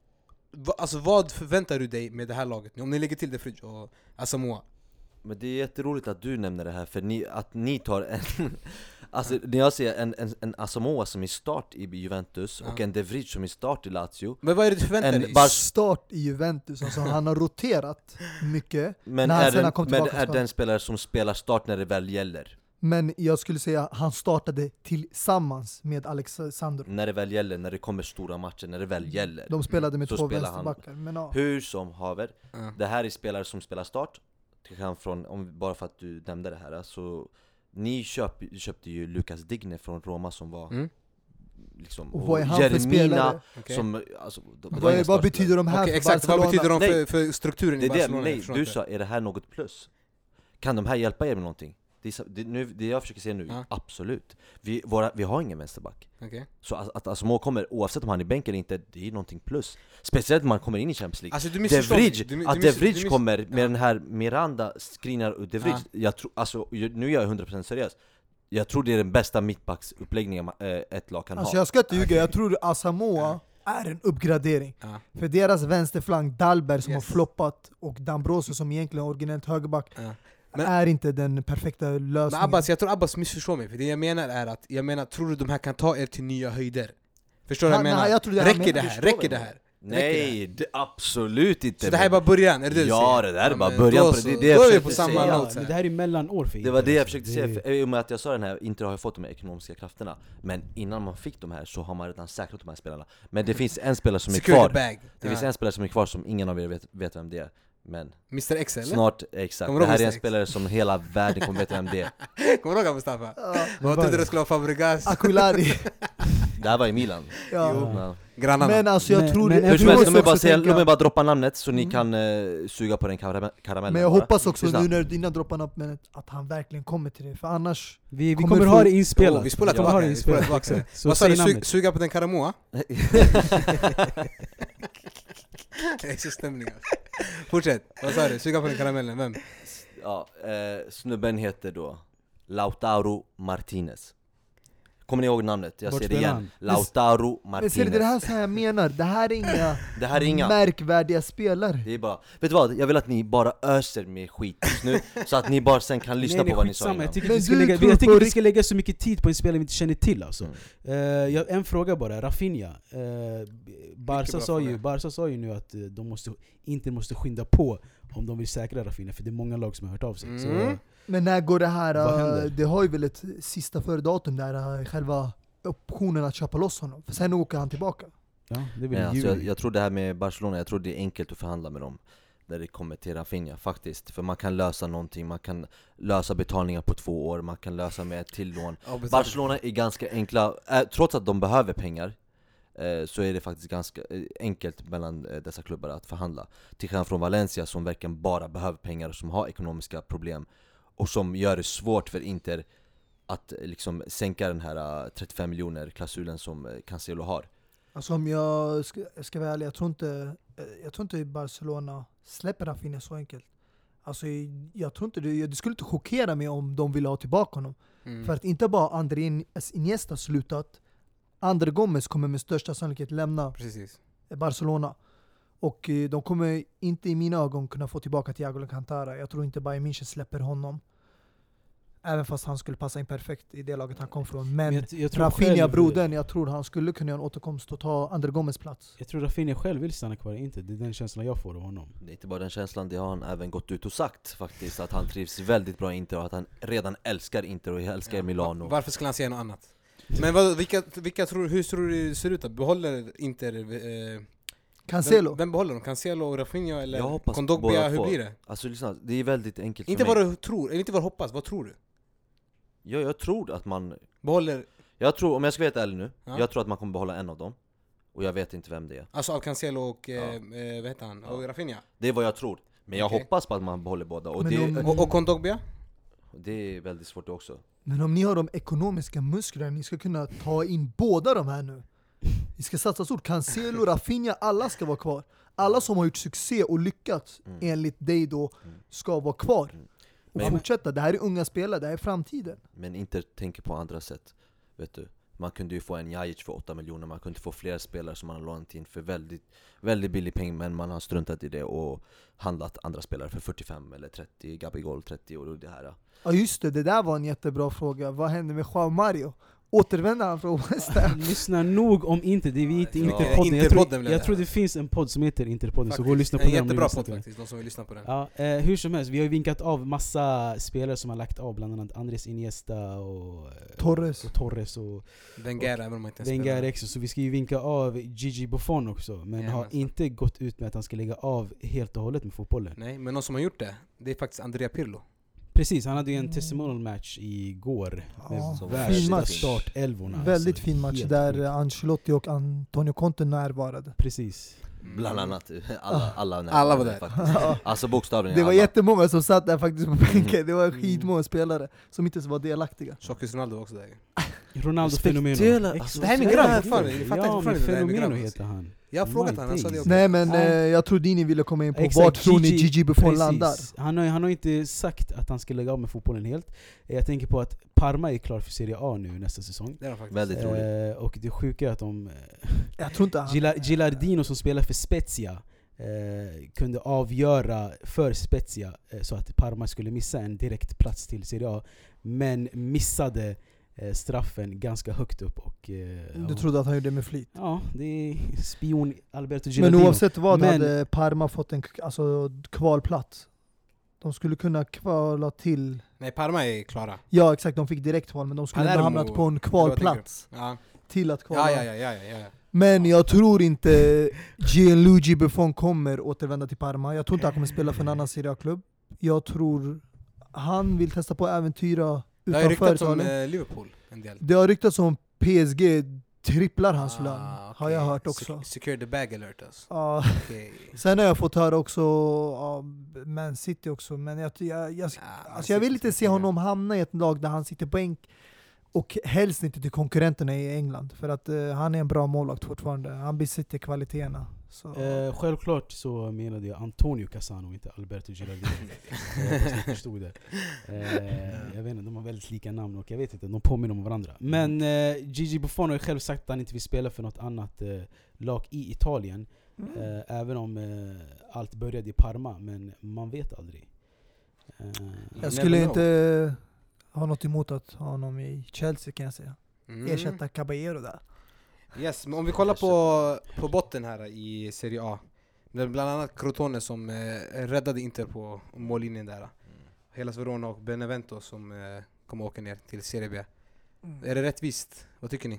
Va, alltså vad förväntar du dig med det här laget nu? Om ni lägger till De Vrij och Asamoah. Men det är jätteroligt att du nämner det här, för ni, att ni tar en... Alltså när jag ser en, en, en Asamoah som är start i Juventus Ja. och en De Vrij som är start i Lazio. Men vad är det du förväntar En dig? Bar- Start i Juventus, alltså han har roterat mycket. Men När han är, sen har den, kommit men tillbaka är så- den spelare som spelar start när det väl gäller? Men jag skulle säga han startade tillsammans med Alexandro. När det väl gäller, när det kommer stora matcher, när det väl gäller. De spelade med Så två spelar han. vänsterbackar. Men, ja. Hur som haver, Ja. det här är spelare som spelar start. Till skillnad från, om, bara för att du nämnde det här, alltså, ni köp, köpte ju Lucas Digne från Roma som var Mm. liksom, Och vad är han för spelare? Okej. som, alltså, det var Vad, ingen är, vad startspelare. betyder de här Okej, för exakt, Barcelona? vad betyder de Nej. för, för strukturen Det i är det, Barcelona? nej, Jag förstår du inte. sa, är det här något plus? Kan de här hjälpa er med någonting? Det, är, så- det, nu, det jag försöker säga nu, Ja. absolut. Vi, våra, vi har ingen vänsterback. Okej. Så att, att Asamoah kommer, oavsett om han är bänk eller inte, det är någonting plus. Speciellt när man kommer in i Champions League. Alltså du De missförstår mig. Vrij, Du- du att miss- De du Vrij miss- kommer med Ja. den här Miranda, Skriniar och De Vrij, Ja. jag tror, alltså, ju- nu är jag hundra procent seriös. Jag tror det är den bästa mittbacksuppläggningen äh, ett lag kan Alltså ha. jag ska inte ljuga, Okej. jag tror Asamoah är en uppgradering. Ja. För deras vänsterflank, Dalberg som Yes. har floppat och D'Ambrosio som egentligen är originellt högerback, Ja. Men- är inte den perfekta Men lösningen. Abbas, jag tror Abbas missförstår mig. För det jag menar är att, jag menar, tror du de här kan ta er till nya höjder? Förstår du vad jag Han- menar? nej, jag tror det han räcker menar. det här? Förstår Räcker vad det jag här? Nej, det, absolut inte. Så det här är bara början? Är det det du Ja, säger? det där är bara men början då på det. så- Det är det jag Då är vi försökte på samma säga. note. Men det här är mellanår för Det var det jag Inter, försökte liksom. säga, för, i och med att jag sa den här, Inter har ju fått de här ekonomiska krafterna. Men innan man fick de här så har man redan säkrat de här spelarna. Men det finns en spelare som är Security kvar. bag. Det finns Ja. en spelare som är kvar som ingen av er vet, vet vem det är. Men mister X eller? snart, exakt. Kommer Det du här ihåg är en mister X? spelare som hela världen kommer veta vem det är. Kommer du ihåg Mustafa? Ja. Vad trodde det skulle vara Fabregas? Akulari. Det här var i Milan. Ja. Jo. Ja. Grannarna. Men alltså jag Men- tror... men- jag Hur som tror helst, också låt mig bara, också säga, tänka- låt mig bara droppa namnet så ni Mm. kan eh, suga på den karam- karamellen. Men jag bara. hoppas också Lyssna. nu när dina droppar namnet att han verkligen kommer till det. För annars... Vi, vi Kommer kommer få- ha det inspelat. Jo, vi spolar kommer ha tillbaka, det vi spolar inspelat. tillbaka. Exakt. Så Vad sa säg du? Su- namnet. suga på den Karamoa? Det är så stämning alltså. Fortsätt, vad sa du? Suga på den karamellen, vem? Ja, eh, snubben heter då Lautaro Martinez. Kommer ni ihåg namnet? Jag Vart säger det spelar igen. han? Lautaro Men Martinez. ser du, det är det här som jag menar. Det här är inga, Det här är inga. märkvärdiga spelare. Det är bara, vet du vad? Jag vill att ni bara öser med skit just nu, så att ni bara sen kan lyssna Nej, nej, på vad ni sa skitsamma. innan. Jag tycker Men vi ska du lägga, tror jag tycker på vi rikt- ska lägga så mycket tid på en spelare vi inte känner till alltså. Mm. Eh, jag, en fråga bara, Rafinha. Uh, Barca, bra sa ju, fråga. Barca sa ju nu att eh, de måste, inte måste skynda på om de vill säkra Rafinha, för det är många lag som har hört av sig. Så, Mm. Men när går det här... Vad äh, händer? det har ju väl ett sista före datum där äh, själva optionen att köpa loss honom. För sen åker han tillbaka. ja, det är väl Nej, i alltså, jag, juli. jag tror det här med Barcelona, jag tror det är enkelt att förhandla med dem när det kommer till Rafinha faktiskt. För man kan lösa någonting, man kan lösa betalningar på två år, man kan lösa med ett till lån. Barcelona är ganska enkla, äh, trots att de behöver pengar eh, så är det faktiskt ganska eh, enkelt mellan eh, dessa klubbar att förhandla. Till skillnad från Valencia som verkligen bara behöver pengar, som har ekonomiska problem och som gör det svårt för Inter att eh, liksom sänka den här eh, trettiofem miljoner klausulen som eh, Cancelo har. Alltså om jag ska, jag ska vara ärlig, jag tror inte, eh, jag tror inte Barcelona släpper Rafinha så enkelt. Alltså jag tror inte det, det skulle inte chockera mig om de ville ha tillbaka honom. Mm. För att inte bara André Iniesta slutat, André Gomes kommer med största sannolikhet lämna Precis. Barcelona. Och eh, de kommer inte i mina ögon kunna få tillbaka Thiago Alcantara. Jag tror inte Bayern München släpper honom. Även fast han skulle passa in perfekt i det laget han kom från. Men, Men jag, jag tror Rafinha, själv- brodern, jag tror han skulle kunna göra en återkomst och ta André Gomes plats. Jag tror Rafinha själv vill stanna kvar, inte. Det är den känslan jag får av honom. Det är inte bara den känslan, det har han även gått ut och sagt faktiskt. Att han trivs väldigt bra i Inter och att han redan älskar Inter och älskar Ja. Milano. Varför skulle han säga något annat? Men vad, vilka, vilka tror, hur tror du det ser ut? Behåller Inter... Eh, Cancelo. Vem, vem behåller de? Cancelo och Rafinha eller Jag hoppas Kondogbia? båda Hur två. blir det? Alltså lyssna, det är väldigt enkelt Inte för vad mig. du tror, eller inte vad du hoppas, vad tror du? Ja, jag tror att man... Behåller, Jag tror, om jag ska vara helt ärlig nu, Ja. jag tror att man kommer behålla en av dem. Och jag vet inte vem det är. alltså av Cancelo och, eh, Ja. eh, vad heter han? Ja. Och Rafinha? Det är vad jag tror. Men jag Okej. hoppas på att man behåller båda. Och Men det, om- Och, och Kondogbia? det är väldigt svårt också. Men om ni har de ekonomiska musklerna, ni ska kunna ta in båda de här nu. Ni ska satsa stort. Cancelo, Rafinha, alla ska vara kvar. Alla som har gjort succé och lyckats Mm. enligt dig då Mm. ska vara kvar. Mm. Och Men- fortsätta. Det här är unga spelare, det här är framtiden. Men inte tänker på andra sätt. Vet du? Man kunde ju få en Jajic för åtta miljoner. Man kunde få fler spelare som man har lånat in för väldigt, väldigt billig peng. Men man har struntat i det och handlat andra spelare för fyrtiofem eller trettio. Gabigol trettio och det här. Ja just det, det där var en jättebra fråga. Vad hände med Joao Mario? Återvänder han från West Ham? Lyssna nog om inte, det är vi inte Ja. Interpodden. Jag, Interpodden tror, blev jag det. tror det finns en podd som heter Interpodden, så gå och Faktiskt. lyssna på En den om ni jättebra lyssnar podd på den. faktiskt, de som vill lyssna på den. Ja, eh, hur som helst, vi har ju vinkat av massa spelare som har lagt av, bland annat Andres Iniesta och, eh, Torres. och Torres och Wenger, även om man inte ens Wenger spelar. också. Så vi ska ju vinka av Gigi Buffon också, men har Jajamensan. inte gått ut med att han ska lägga av helt och hållet med fotbollen. Nej, men någon som har gjort det, det är faktiskt Andrea Pirlo. Precis, han hade ju en testimonial match igår med Ja, fin värsta match. startelvorna. Väldigt Alltså, fin match helt där sjukt. Ancelotti och Antonio Conte närvarade. Precis. Bland annat. Alla, alla, Mm. Alla var där. Faktiskt. Alltså bokstavligen Det var alla. jättemånga som satt där faktiskt på bänken. Det var skitmånga spelare som inte ens var delaktiga. Tjockis Ronaldo var också där. Ronaldo Fenomeno. Respektera- Exakt. alltså, Det här är min så grabb jävla fortfarande. fint. Jag fattar Ja, inte men fortfarande det där med Fenomeno grabben. heter han. Jag har frågat My honom, han sa det days. också. Nej men Ja. eh, jag tror Dini ville komma in på Exakt, vart tror ni Gigi- Gigi Buffon Precis. landar? Han har, han har inte sagt att han ska lägga av med fotbollen helt. Jag tänker på att Parma är klar för Serie A nu nästa säsong. Det är de faktiskt. Väldigt roligt. Eh, och det sjuka är att de... Eh, Jag tror inte han... Gila- Gilardino som spelar för Spezia eh, kunde avgöra för Spezia eh, så att Parma skulle missa en direkt plats till Serie A. Men missade eh, straffen ganska högt upp. Och, eh, Du ja. trodde att han gjorde det med flit. Ja, det är spion Alberto Men Gilardino. oavsett vad Men- hade Parma fått en k- alltså, kvalplats. De skulle kunna kvala till... Nej, Parma är klara. Ja exakt, de fick direkt kval men de skulle Palermo- ha hamnat på en vad kvalplats Ja, till att kvala. ja, ja, ja, ja, ja, ja. Men jag tror inte Gianluigi Buffon kommer återvända till Parma. Jag tror inte han kommer spela för en annan Serie A-klubb. Jag tror han vill testa på att äventyra Det har ju utanför ryktats om Italien. eh, Liverpool en del. Det har ryktats om P S G tripplar hans lön, Ah, har jag okej. hört också. Sec- Secure the bag alert alltså. Ja. Okej. Sen har jag fått höra också av Man City också, men jag, jag, jag, Ah, alltså jag vill inte se Man honom hamna i ett lag där han sitter på bänk och helst inte till konkurrenterna i England, för att uh, han är en bra målvakt fortfarande. Han besitter kvaliteterna. Så. Eh, självklart så menade jag Antonio Cassano, inte Alberto Gilardino. eh, fast ni förstod det. Eh, jag vet inte, de har väldigt lika namn och jag vet inte, de påminner om varandra. Men eh, Gigi Buffon har ju själv sagt att han inte vill spela för något annat eh, lag i Italien. Mm. Eh, även om eh, allt började i Parma, men man vet aldrig. Eh, Jag skulle never inte ha något emot att ha honom i Chelsea, kan jag säga. Mm. Ersätta Caballero där. Yes, men om vi kollar på, på botten här i Serie A. Det är bland annat Crotone som eh, räddade Inter på mållinjen där. Hela Verona och Benevento som eh, kommer åka ner till Serie B. Är det rättvist? Vad tycker ni?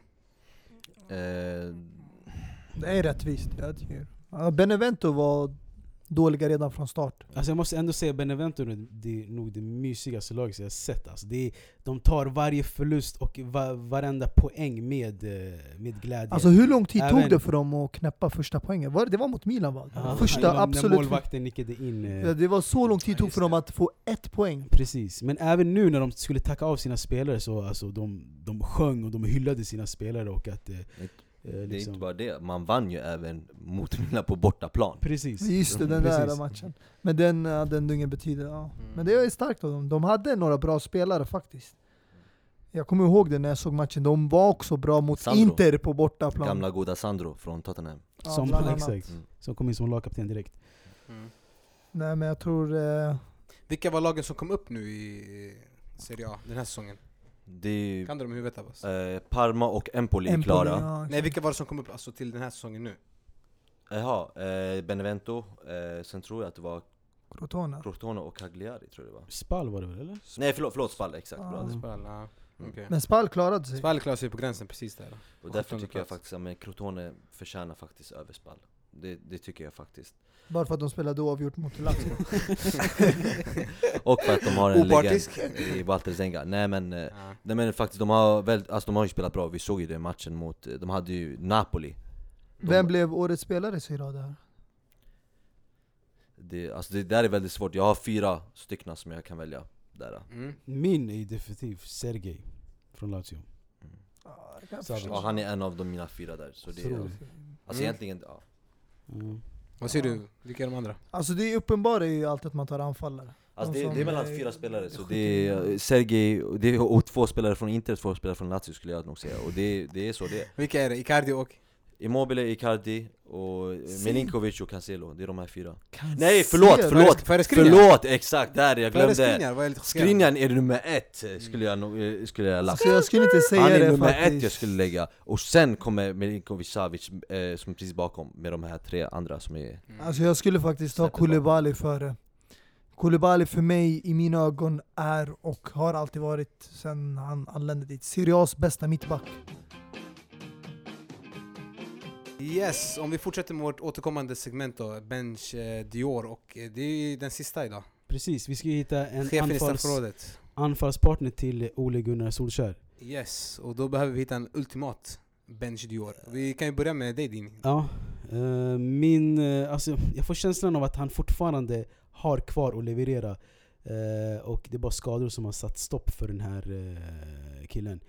Eh, Det är rättvist. Jag tycker. Ja, Benevento var dåliga redan från start. Alltså jag måste ändå säga Benevento är det är nog det mysigaste laget jag har sett. Alltså det är, de tar varje förlust och va, varenda poäng med, eh, med glädje. Alltså hur lång tid Även- tog det för dem att knäppa första poängen? Var det, det var mot Milan va? Ja, Första när- När absolut. målvakten nickade in. eh, Ja, det var så lång tid Ja, tog just för dem det. att få ett poäng. Precis, men även nu när de skulle tacka av sina spelare så alltså, de, de sjöng och de hyllade sina spelare och att... Eh, Det eh, är liksom, inte bara det, man vann ju även mot Milan på bortaplan. Precis. Just det, den Precis. där matchen. Men den hade ändå ingen betydelse. Ja. Mm. Men det är starkt av dem. De hade några bra spelare faktiskt. Jag kommer ihåg det när jag såg matchen. De var också bra mot Sandro. Inter på bortaplan. Gamla goda Sandro från Tottenham. Ja, Som, bland annat. exakt, Mm. som kom in som lagkapten direkt. Mm. Nej men jag tror... Eh, Vilka var lagen som kom upp nu i, Serie A den här säsongen? Det Kan du dem i huvudet Abbas? är eh, Parma och Empoli är Empoli, klara. ja, Nej, vilka var det som kom upp alltså, till den här säsongen nu? Jaha, eh, Benevento, eh, sen tror jag att det var Crotone. Crotone och Cagliari tror jag det var. Spal var det väl eller? Nej förlåt, förlåt Spal, exakt. Ah. Bra. Mm. Spal, ja. Okej. Men Spal klarade sig. Spal klarade sig på gränsen precis där. Och därför sjuttonde tycker jag plats. faktiskt att men Crotone förtjänar faktiskt över Spal. Det, det tycker jag faktiskt. Bara för att de spelade oavgjort mot Lazio. Och för att de har en Opartisk. legend i Walter Zenga. Nej men, eh, Ja. nej men faktiskt de har, väl, alltså, de har ju spelat bra. Vi såg ju det i matchen mot, de hade ju Napoli. De, Vem blev årets spelare i Serie A där? det, alltså det där är väldigt svårt. Jag har fyra stycken som jag kan välja där. Mm. Min är definitivt Sergej från Lazio. Ja, det kan jag Så förstå. Ja, han är en av de mina fyra där. Så det är, Otroligt. alltså Mm. egentligen, ja. Mm. Vad säger du? Vilka är de andra? Alltså det är uppenbart är ju alltid att man tar anfallare. Alltså De det, som det är mellan är- fyra spelare, så är det är skickliga. eh, Sergej, och det är, och två spelare från Inter, två spelare från Lazio skulle jag nog säga. Och det, det är så det är. Vilka är det? Icardi och? Immobile, Icardi och eh, Milinkovic och Cancelo, det är de här fyra. Cancelo. Nej förlåt, förlåt! Före Skriniar? Förlåt, exakt, där jag Före glömde. Skriniar var jag lite chockerad. Skriniar är nummer ett, eh, skulle jag, nog- eh, skulle jag lagt. Alltså jag skulle inte säga Han är det nummer faktiskt. ett jag skulle lägga. Och sen kommer Milinkovic Savic eh, som är precis bakom med de här tre andra som är... Mm. Alltså jag skulle faktiskt ta Släpper bakom. Koulibaly före. Koulibaly för mig, i mina ögon, är och har alltid varit sen han anlände dit Serie A's bästa mittback. Yes, om vi fortsätter med vårt återkommande segment då, Bench eh, Dior, och eh, det är ju den sista idag. Precis, vi ska hitta en Chefen i anfalls, straffområdet. anfallspartner till Ole Gunnar Solskjær. Yes, och då behöver vi hitta en ultimat Bench Dior. Vi kan ju börja med dig Dini. Ja, eh, min, eh, alltså, jag får känslan av att han fortfarande har kvar att leverera. Eh, och det är bara skador som har satt stopp för den här eh, killen.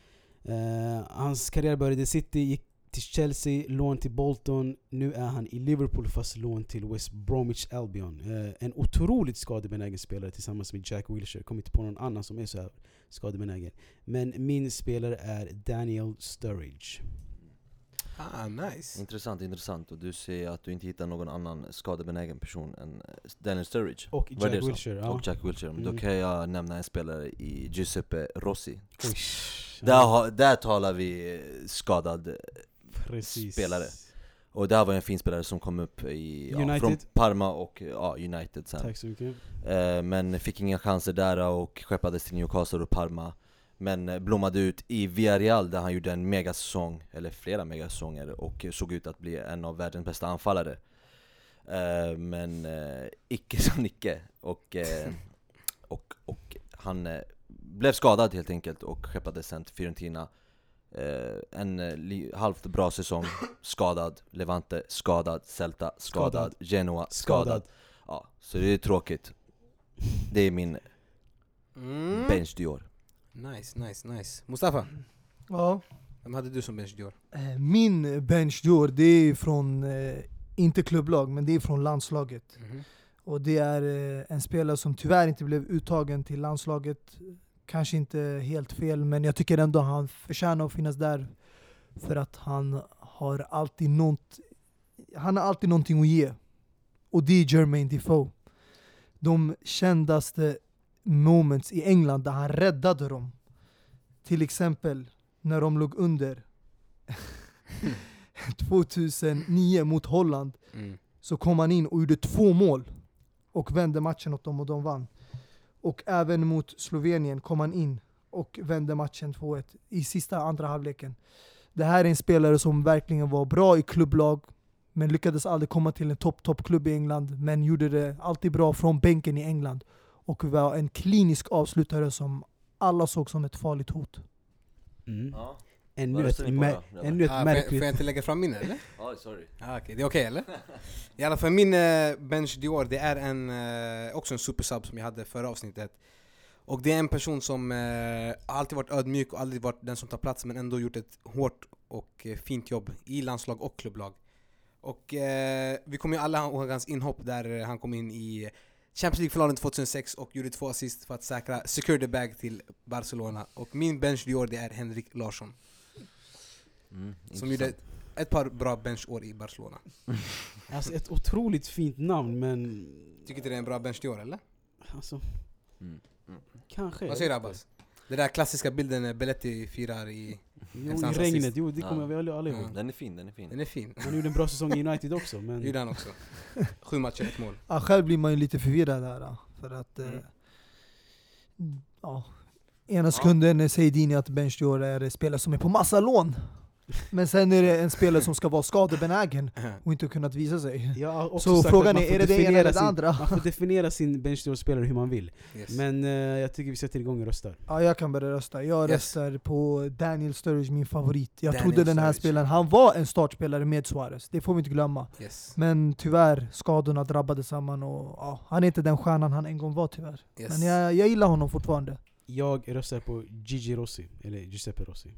Eh, hans karriär började i City, gick till Chelsea, lån till Bolton. Nu är han i Liverpool fast lån till West Bromwich Albion. Eh, en otroligt skadebenägen spelare tillsammans med Jack Wilshere. Kommer inte på någon annan som är så här skadebenägen. Men min spelare är Daniel Sturridge. Ah, nice. Intressant, intressant. Och du ser att du inte hittar någon annan skadebenägen person än eh, Daniel Sturridge. Och Var det Jack så? Wilshere. Ja. Och Jack Wilshere. Men Mm. då kan jag nämna en spelare i Giuseppe Rossi. Oj. Där, har, där talar vi eh, skadad eh, Precis. spelare. Och det här var en fin spelare som kom upp i, ja, United. från Parma och ja, United sen. Tack så mycket. Eh, men fick inga chanser där och skeppades till Newcastle och Parma. Men eh, blommade ut i Villarreal där han gjorde en megasäsong, eller flera megasäsonger, och eh, såg ut att bli en av världens bästa anfallare. Eh, men eh, icke som icke. Och, eh, och, och han eh, blev skadad helt enkelt och skeppades sen till Fiorentina. Eh, en eh, li- halvt bra säsong, skadad. Levante, skadad. Celta, skadad. Skadad. Genoa, skadad. Skadad. Ja, så det är tråkigt. Det är min Mm. bench Dior. Nice, nice, nice. Mustafa, Ja. vem hade du som Bench Dior? Eh, Min bench Dior, det är från, eh, inte klubblag, men det är från landslaget. Mhm. Och det är eh, en spelare som tyvärr inte blev uttagen till landslaget. Kanske inte helt fel, men jag tycker ändå han förtjänar att finnas där. För att han har alltid något, han har alltid någonting att ge. Och det är Jermaine Defoe. De kändaste moments i England där han räddade dem. Till exempel när de låg under tjugohundranio mot Holland. Mm. Så kom han in och gjorde två mål och vände matchen åt dem och de vann. Och även mot Slovenien kom han in och vände matchen två ett i sista andra halvleken. Det här är en spelare som verkligen var bra i klubblag men lyckades aldrig komma till en topp toppklubb i England, men gjorde det alltid bra från bänken i England och var en klinisk avslutare som alla såg som ett farligt hot. Mm. Ja, Ännu Vad ett, röstar ni på mä- då? ännu ett Ah, får, jag, märkligt... får jag inte lägga fram min eller? ah, sorry. Ah, okej, det är okej eller? I alla fall min eh, Bench Dior, det är en, eh, också en supersub som jag hade förra avsnittet. Och det är en person som eh, alltid varit ödmjuk och aldrig varit den som tar plats, men ändå gjort ett hårt och eh, fint jobb i landslag och klubblag. Och eh, vi kommer ju alla ihåg hans inhopp där han kom in i Champions League-finalen tjugohundrasex och gjorde två assist för att säkra secure the bag till Barcelona. Och min Bench Dior, det är Henrik Larsson, Mm, som gjorde ett, ett par bra benchår i Barcelona. Alltså ett otroligt fint namn, men... Tycker inte det är en bra Bench Dior eller? Alltså, Mm. Kanske. Vad säger du, Abbas? Den där klassiska bilden när Belletti firar i... Jo, i regnet, jo det kommer Ja. vi alla, alla ihåg. Ja. Den är fin, den är fin. Den är fin. Han gjorde en bra säsong i United också, men... Det gjorde han också. Sju matcher, ett mål. Ja, själv blir man ju lite förvirrad där. Då, för att... Mm. Eh, ja, ena sekunden säger Dini att Ben Stior är en spelare som är på massa lån. Men sen är det en spelare som ska vara skadebenägen och inte kunnat visa sig. Jag har också Så sagt att frågan man är, får är det det ena definiera eller det sin- andra? Man får definiera sin bench spelare hur man vill. Yes. Men eh, jag tycker vi sätter igång och röstar. Ja, jag kan börja rösta. Jag Yes. röstar på Daniel Sturridge, min favorit. Jag Daniel trodde den här Sturridge. spelaren, han var en startspelare med Suarez. Det får vi inte glömma. Yes. Men tyvärr, skadorna drabbade samman och ja, han är inte den stjärnan han en gång var tyvärr. Yes. Men jag, jag gillar honom fortfarande. Jag röstar på Gigi Rossi, eller Giuseppe Rossi.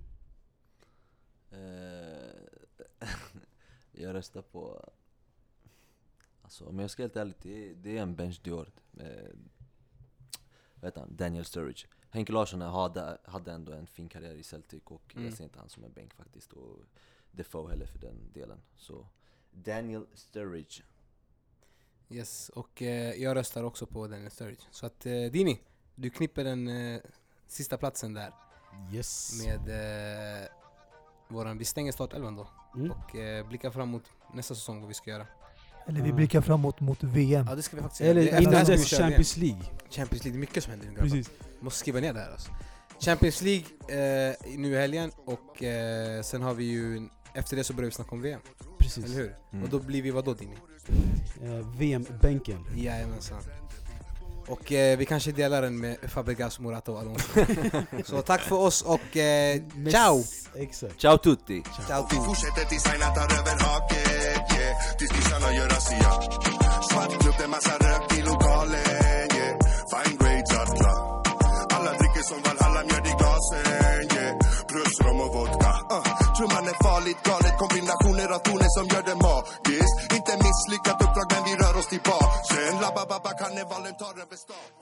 Eh, jag röstar på... Alltså om jag ska helt ärligt, det är, det är en bench Dior. Eh, vad heter han? Daniel Sturridge. Henke Larsson hade, hade ändå en fin karriär i Celtic och Mm. jag ser inte han som en bänk faktiskt. Och Defoe heller för den delen. Så Daniel Sturridge. Yes. Och eh, jag röstar också på Daniel Sturridge. Så att eh, Dini, du knipper den eh, sista platsen där. Yes. Med eh, våran, vi stänger startelvan då. Mm. Och eh, blickar fram mot nästa säsong vad vi ska göra. Eller vi Ja. blickar framåt mot V M. Ja, det ska vi faktiskt Eller göra. Det- innan efter det dess ska vi köra Champions League. igen. Champions League, det är mycket som händer nu grabbar. Precis. Måste skriva ner det här alltså. Champions League eh, nu i helgen och eh, sen har vi ju, efter det så börjar vi snacka om V M. Precis. Eller hur? Mm. Och då blir vi vad då Dini? Eh, V M-bänken. Jajamensan. Och eh, vi kanske delar den med Fabregas, Morata och Alonso. Så tack för oss och eh, ciao! Exakt. Ciao tutti! Ciao! Vi fortsätter tills Aina tar över haket, yeah. Tills kissarna gör razzia. Svart klubb, det är massa rök i lokalen, yeah. Fine grades att klar. Alla dricker som Valhalla, mjöd i glasen, yeah. Plus rom och vodka, uh. Trumman är farligt galet, kombinationer av toner som gör det magiskt. Inte misslyckat uppdrag men vi rör oss tillbaka. Sen labba babba, karnevalen tar över stan.